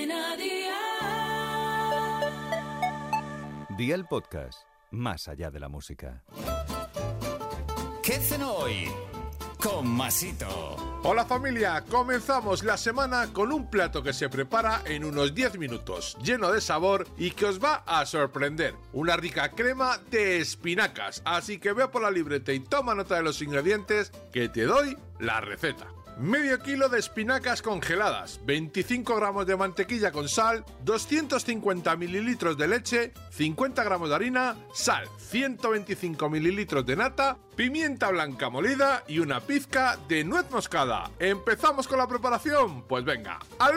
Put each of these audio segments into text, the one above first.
Cadena Dial. Dial Podcast, más allá de la música. ¿Qué cenó hoy? Con Masito. Hola familia, comenzamos la semana con un plato que se prepara en unos 10 minutos, lleno de sabor y que os va a sorprender. Una rica crema de espinacas, así que ve por la libreta y toma nota de los ingredientes que te doy la receta. Medio kilo de espinacas congeladas, 25 gramos de mantequilla con sal, 250 mililitros de leche, 50 gramos de harina, sal, 125 mililitros de nata, pimienta blanca molida y una pizca de nuez moscada. ¿Empezamos con la preparación? Pues venga, ¡al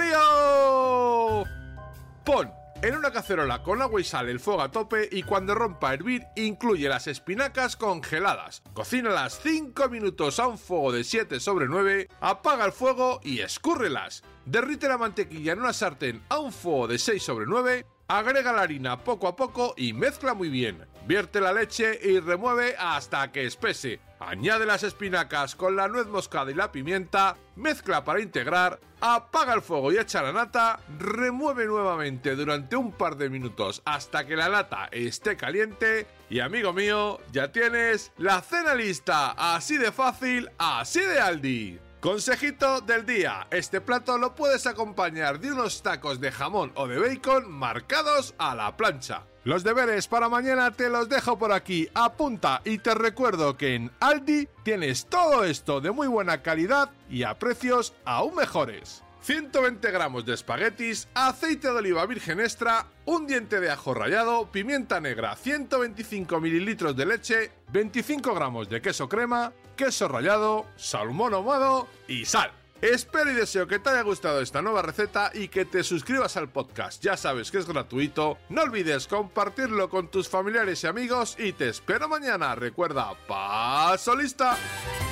lío! Pon en una cacerola con agua y sal el fuego a tope y cuando rompa a hervir incluye las espinacas congeladas. Cocínalas 5 minutos a un fuego de 7/9, apaga el fuego y escúrrelas. Derrite la mantequilla en una sartén a un fuego de 6/9, agrega la harina poco a poco y mezcla muy bien. Vierte la leche y remueve hasta que espese. Añade las espinacas con la nuez moscada y la pimienta, mezcla para integrar, apaga el fuego y echa la nata, remueve nuevamente durante un par de minutos hasta que la nata esté caliente y amigo mío, ya tienes la cena lista, así de fácil, así de Aldi. Consejito del día, este plato lo puedes acompañar de unos tacos de jamón o de bacon marcados a la plancha. Los deberes para mañana te los dejo por aquí, apunta y te recuerdo que en Aldi tienes todo esto de muy buena calidad y a precios aún mejores. 120 gramos de espaguetis, aceite de oliva virgen extra, un diente de ajo rallado, pimienta negra, 125 mililitros de leche, 25 gramos de queso crema, queso rallado, salmón ahumado y sal. Espero y deseo que te haya gustado esta nueva receta y que te suscribas al podcast. Ya sabes que es gratuito. No olvides compartirlo con tus familiares y amigos y te espero mañana. Recuerda, paso lista.